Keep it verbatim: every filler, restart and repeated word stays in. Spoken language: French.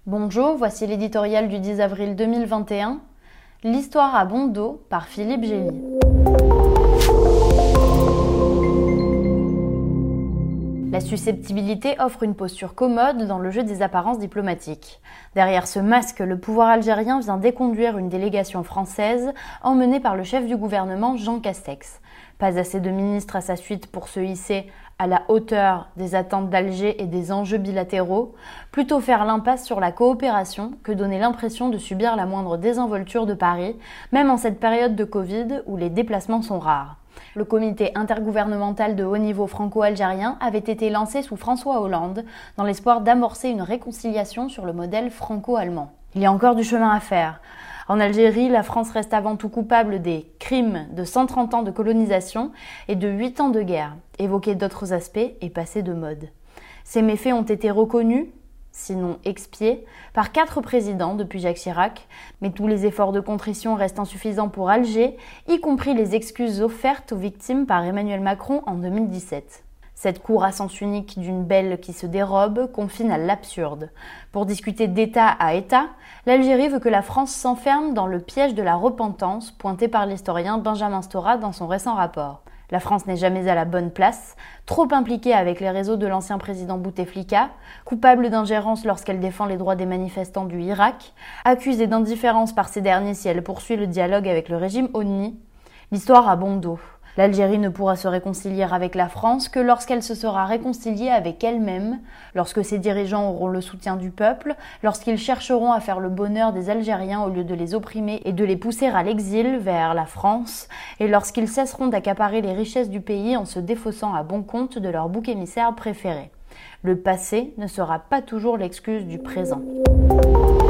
Bonjour, voici l'éditorial du dix avril deux mille vingt et un, L'histoire à bon dos par Philippe Gély. La susceptibilité offre une posture commode dans le jeu des apparences diplomatiques. Derrière ce masque, le pouvoir algérien vient déconduire une délégation française emmenée par le chef du gouvernement Jean Castex. Pas assez de ministres à sa suite pour se hisser à la hauteur des attentes d'Alger et des enjeux bilatéraux, plutôt faire l'impasse sur la coopération que donner l'impression de subir la moindre désinvolture de Paris, même en cette période de Covid où les déplacements sont rares. Le comité intergouvernemental de haut niveau franco-algérien avait été lancé sous François Hollande dans l'espoir d'amorcer une réconciliation sur le modèle franco-allemand. Il y a encore du chemin à faire. En Algérie, la France reste avant tout coupable des crimes de cent trente ans de colonisation et de huit ans de guerre. Évoquer d'autres aspects est passé de mode. Ces méfaits ont été reconnus, sinon expiés, par quatre présidents depuis Jacques Chirac, mais tous les efforts de contrition restent insuffisants pour Alger, y compris les excuses offertes aux victimes par Emmanuel Macron en deux mille dix-sept. Cette cour à sens unique d'une belle qui se dérobe confine à l'absurde. Pour discuter d'État à État, l'Algérie veut que la France s'enferme dans le piège de la repentance pointé par l'historien Benjamin Stora dans son récent rapport. La France n'est jamais à la bonne place, trop impliquée avec les réseaux de l'ancien président Bouteflika, coupable d'ingérence lorsqu'elle défend les droits des manifestants du Irak, accusée d'indifférence par ces derniers si elle poursuit le dialogue avec le régime Honni. L'histoire a bon dos. L'Algérie ne pourra se réconcilier avec la France que lorsqu'elle se sera réconciliée avec elle-même, lorsque ses dirigeants auront le soutien du peuple, lorsqu'ils chercheront à faire le bonheur des Algériens au lieu de les opprimer et de les pousser à l'exil vers la France, et lorsqu'ils cesseront d'accaparer les richesses du pays en se défaussant à bon compte de leur bouc émissaire préféré. Le passé ne sera pas toujours l'excuse du présent.